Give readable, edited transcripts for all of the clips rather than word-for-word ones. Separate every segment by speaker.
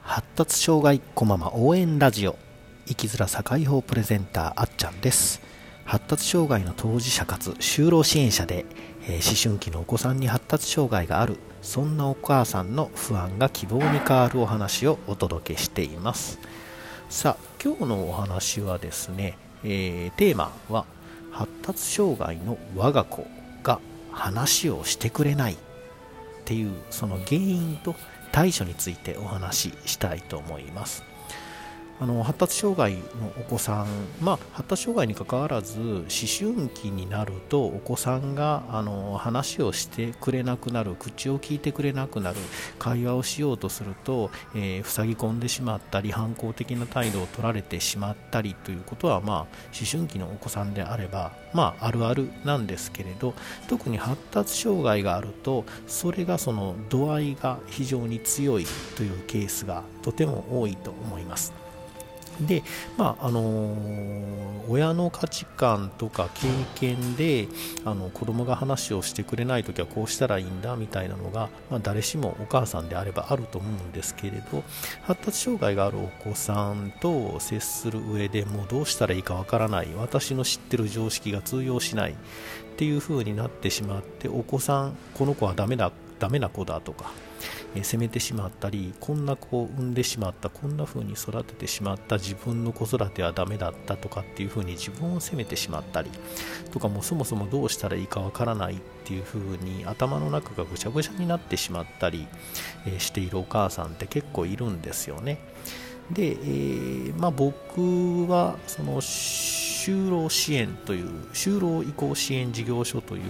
Speaker 1: 発達障害こまま応援ラジオ生きづら社会法プレゼンターあっちゃんです。発達障害の当事者かつ就労支援者で、思春期のお子さんに発達障害がある、そんなお母さんの不安が希望に変わるお話をお届けしています。さあ、今日のお話はですね、テーマは発達障害の我が子が話をしてくれないっていうその原因と対処についてお話ししたいと思います。発達障害のお子さん、発達障害にかかわらず思春期になるとお子さんが話をしてくれなくなる、口を聞いてくれなくなる、会話をしようとすると、塞ぎ込んでしまったり反抗的な態度を取られてしまったりということは、思春期のお子さんであれば、あるあるなんですけれど、特に発達障害があるとそれがその度合いが非常に強いというケースがとても多いと思います。で、親の価値観とか経験で子供が話をしてくれないときはこうしたらいいんだみたいなのが、誰しもお母さんであればあると思うんですけれど、発達障害があるお子さんと接する上でもうどうしたらいいかわからない、私の知ってる常識が通用しないっていう風になってしまって、お子さん、この子はダメな子だとか責めてしまったり、こんな子を産んでしまった、こんな風に育ててしまった、自分の子育てはダメだったとかっていう風に自分を責めてしまったりとか、もうそもそもどうしたらいいかわからないっていう風に頭の中がぐちゃぐちゃになってしまったりしているお母さんって結構いるんですよね。で、僕はその就労支援という就労移行支援事業所という、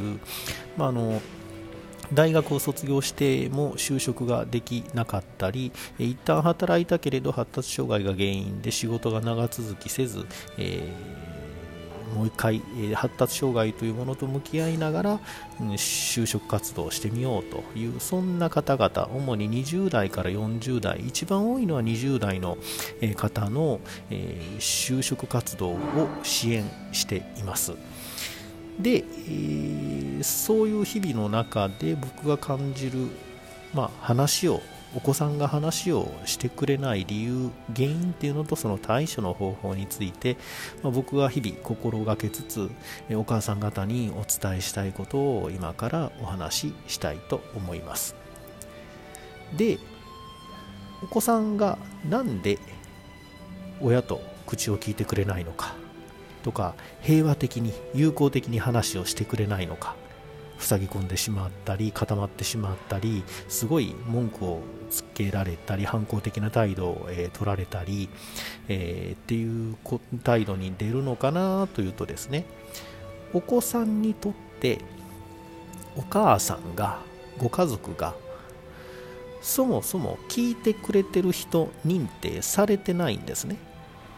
Speaker 1: 大学を卒業しても就職ができなかったり、一旦働いたけれど発達障害が原因で仕事が長続きせず、もう一回、発達障害というものと向き合いながら、就職活動をしてみようという、そんな方々、主に20代から40代、一番多いのは20代の方の就職活動を支援しています。で、そういう日々の中で僕が感じる、お子さんが話をしてくれない理由、原因っていうのとその対処の方法について、僕が日々心がけつつ、お母さん方にお伝えしたいことを今からお話ししたいと思います。で、お子さんがなんで親と口を聞いてくれないのかとか、平和的に友好的に話をしてくれないのか、塞ぎ込んでしまったり固まってしまったり、すごい文句をつけられたり反抗的な態度を、取られたり、っていう態度に出るのかなというとですね、お子さんにとってお母さんが、ご家族がそもそも聞いてくれてる人認定されてないんですね。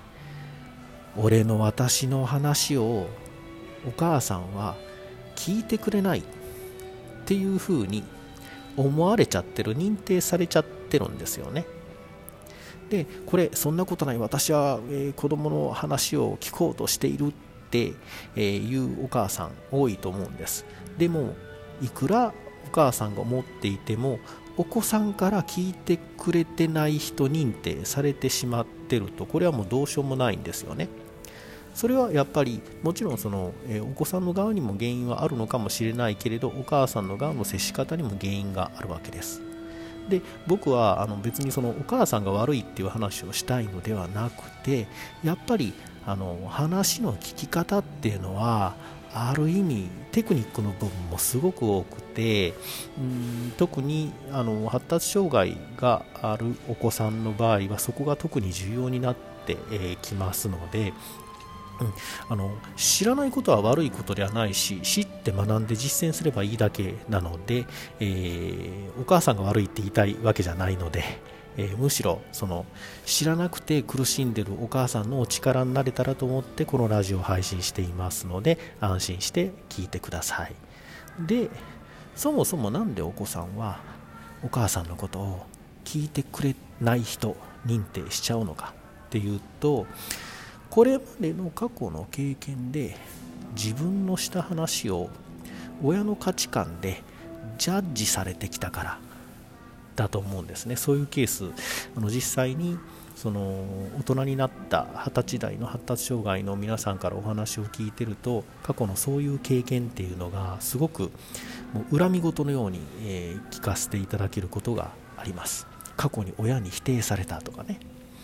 Speaker 1: 私の話をお母さんは聞いてくれないっていう風に思われちゃってる、認定されちゃってるんですよね。で、これそんなことない、私は、子供の話を聞こうとしているっていうお母さん多いと思うんです。でもいくらお母さんが思っていても、お子さんから聞いてくれてない人認定されてしまってると、これはもうどうしようもないんですよね。それはやっぱりもちろんお子さんの側にも原因はあるのかもしれないけれど、お母さんの側の接し方にも原因があるわけです。で、僕は別にお母さんが悪いっていう話をしたいのではなくて、やっぱり話の聞き方っていうのはある意味テクニックの部分もすごく多くて、特に発達障害があるお子さんの場合はそこが特に重要になってきますので、知らないことは悪いことではないし、知って学んで実践すればいいだけなので、お母さんが悪いって言いたいわけじゃないので、むしろ知らなくて苦しんでるお母さんのお力になれたらと思ってこのラジオを配信していますので、安心して聞いてください。で、そもそもなんでお子さんはお母さんのことを聞いてくれない人認定しちゃうのかっていうと、これまでの過去の経験で自分のした話を親の価値観でジャッジされてきたからだと思うんですね。そういうケース、実際にその大人になった20歳代の発達障害の皆さんからお話を聞いてると、過去のそういう経験っていうのがすごくもう恨み事のように、聞かせていただけることがあります。過去に親に否定されたとかね、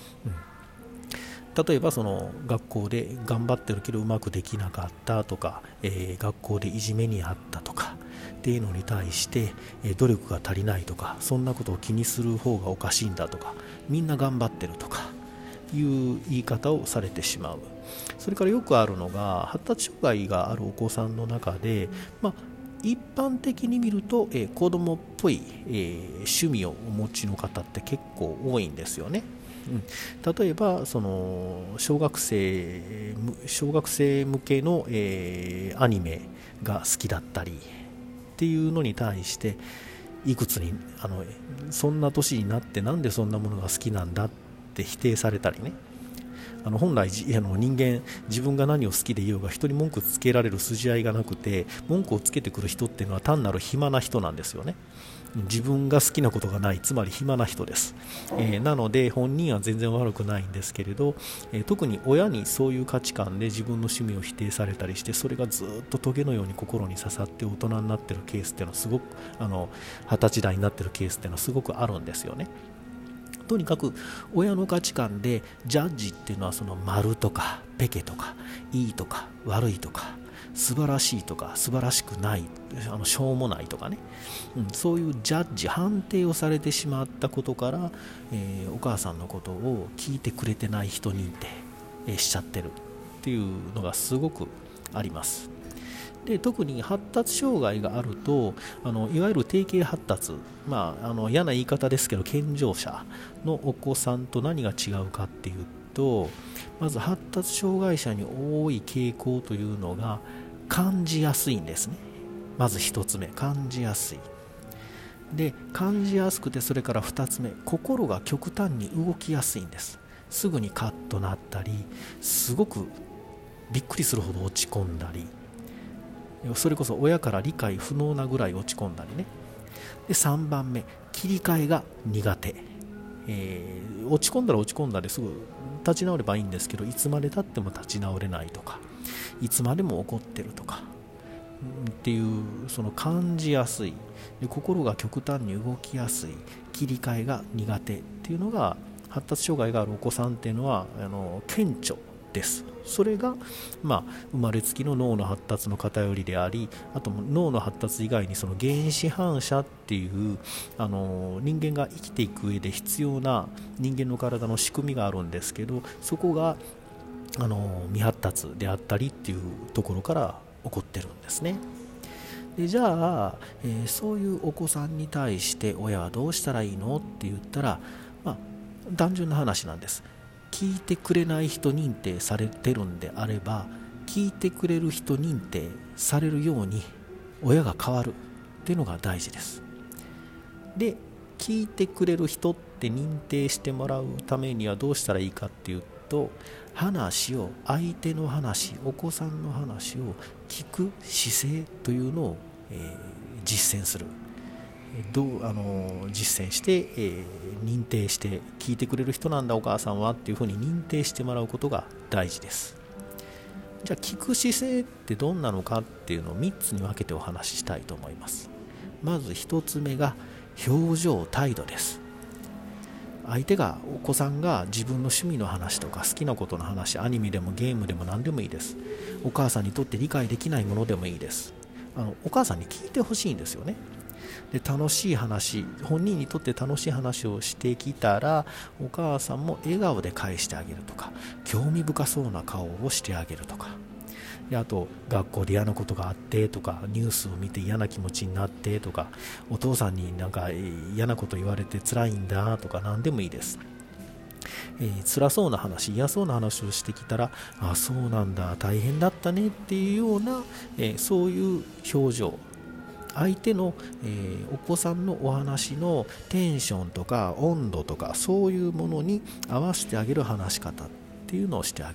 Speaker 1: 例えばその学校で頑張ってるけどうまくできなかったとか、学校でいじめにあったとかっていうのに対して、努力が足りないとか、そんなことを気にする方がおかしいんだとか、みんな頑張ってるとかいう言い方をされてしまう。それからよくあるのが、発達障害があるお子さんの中で、一般的に見ると、子供っぽい、趣味をお持ちの方って結構多いんですよね。例えばその小学生向けの、アニメが好きだったりっていうのに対して、いくつにそんな年になってなんでそんなものが好きなんだって否定されたりね。本来人間、自分が何を好きでいようが人に文句つけられる筋合いがなくて、文句をつけてくる人っていうのは単なる暇な人なんですよね。自分が好きなことがない、つまり暇な人です。なので本人は全然悪くないんですけれど、特に親にそういう価値観で自分の趣味を否定されたりして、それがずっとトゲのように心に刺さって大人になってるケースっていうのはすごく、20歳代になってるケースっていうのはすごくあるんですよね。とにかく親の価値観でジャッジっていうのは、その丸とかペケとかいいとか悪いとか素晴らしいとか素晴らしくない、しょうもないとかね、そういうジャッジ、判定をされてしまったことから、お母さんのことを聞いてくれてない人認定、しちゃってるっていうのがすごくあります。で、特に発達障害があると、いわゆる定型発達、嫌な言い方ですけど健常者のお子さんと何が違うかっていうと、まず発達障害者に多い傾向というのが感じやすいんですね。まず一つ目、感じやすい。で、感じやすくて、それから二つ目、心が極端に動きやすいんです。すぐにカッとなったり、すごくびっくりするほど落ち込んだり、それこそ親から理解不能なぐらい落ち込んだりね。で、3番目、切り替えが苦手。落ち込んだら落ち込んだですぐ立ち直ればいいんですけど、いつまでたっても立ち直れないとか、いつまでも怒ってるとかっていう、その感じやすい、で心が極端に動きやすい、切り替えが苦手っていうのが、発達障害があるお子さんっていうのは顕著です。それが、生まれつきの脳の発達の偏りであり、あと脳の発達以外にその原子反射っていう人間が生きていく上で必要な人間の体の仕組みがあるんですけど、そこが未発達であったりっていうところから起こってるんですね。で、じゃあ、そういうお子さんに対して親はどうしたらいいのって言ったら、単純な話なんです。聞いてくれない人認定されてるんであれば、聞いてくれる人認定されるように親が変わるっていうのが大事です。で、聞いてくれる人って認定してもらうためにはどうしたらいいかっていうと、相手の話、お子さんの話を聞く姿勢というのを、実践する。実践して、認定して、聞いてくれる人なんだお母さんはっていうふうに認定してもらうことが大事です。じゃあ、聞く姿勢ってどんなのかっていうのを3つに分けてお話ししたいと思います。まず1つ目が表情、態度です。お子さんが自分の趣味の話とか好きなことの話、アニメでもゲームでも何でもいいです。お母さんにとって理解できないものでもいいです。お母さんに聞いてほしいんですよね。で、楽しい話、本人にとって楽しい話をしてきたら、お母さんも笑顔で返してあげるとか、興味深そうな顔をしてあげるとか、で、あと学校で嫌なことがあってとか、ニュースを見て嫌な気持ちになってとか、お父さんになんか嫌なこと言われて辛いんだとか、何でもいいです。辛そうな話、嫌そうな話をしてきたら、そうなんだ、大変だったねっていうような、そういう表情、相手の、お子さんのお話のテンションとか温度とか、そういうものに合わせてあげる話し方っていうのをしてあげる。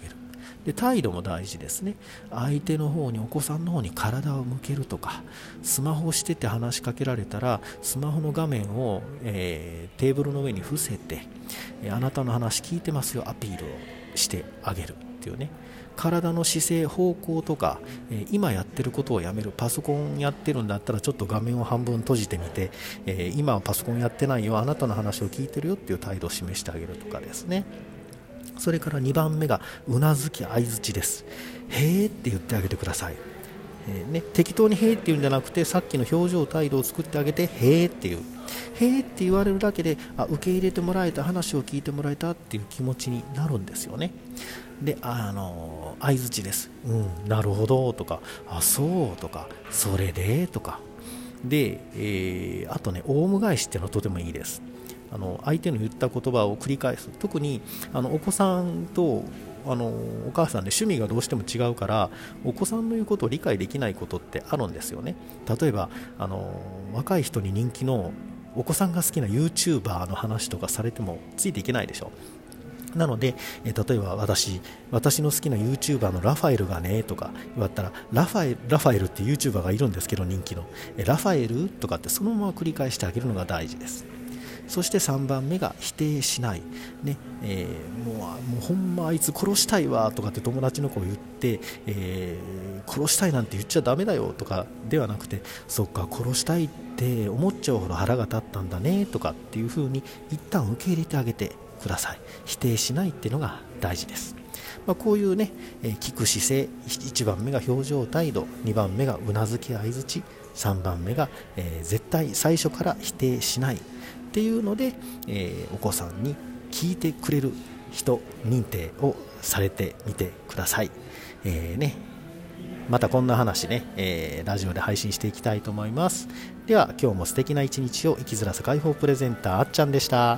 Speaker 1: で態度も大事ですね。相手の方に、お子さんの方に体を向けるとか、スマホをしてて話しかけられたらスマホの画面を、テーブルの上に伏せて、あなたの話聞いてますよアピールをしてあげるっていうね。体の姿勢、方向とか、今やってることをやめる。パソコンやってるんだったらちょっと画面を半分閉じてみて、今はパソコンやってないよ、あなたの話を聞いてるよっていう態度を示してあげるとかですね。それから2番目がうなずき、相づちです。へーって言ってあげてください。適当にへーって言うんじゃなくて、さっきの表情、態度を作ってあげて、へーっていう、へーって言われるだけで、受け入れてもらえた、話を聞いてもらえたっていう気持ちになるんですよね。で、相づちです。なるほどとか、そうとか、それでとかで、あとね、オウム返しっていうのはとてもいいです。相手の言った言葉を繰り返す。特にお子さんとお母さんで趣味がどうしても違うから、お子さんの言うことを理解できないことってあるんですよね。例えば若い人に人気のお子さんが好きな YouTuber の話とかされてもついていけないでしょ。なので、例えば私の好きな YouTuber のラファエルがねとか言われたら、ラファエルっていう YouTuber がいるんですけど、人気のラファエルとかってそのまま繰り返してあげるのが大事です。そして3番目が否定しない、ね。もうほんまあいつ殺したいわとかって友達の子を言って、殺したいなんて言っちゃダメだよとかではなくて、そっか殺したいって思っちゃうほど腹が立ったんだねとかっていう風に一旦受け入れてあげてください。否定しないっていうのが大事です。こういうね、聞く姿勢、1番目が表情態度、2番目がうなずき相づち、3番目が、絶対最初から否定しないっていうので、お子さんに聞いてくれる人認定をされてみてください。またこんな話ね、ラジオで配信していきたいと思います。では今日も素敵な一日を。生きづらさ解放プレゼンターあっちゃんでした。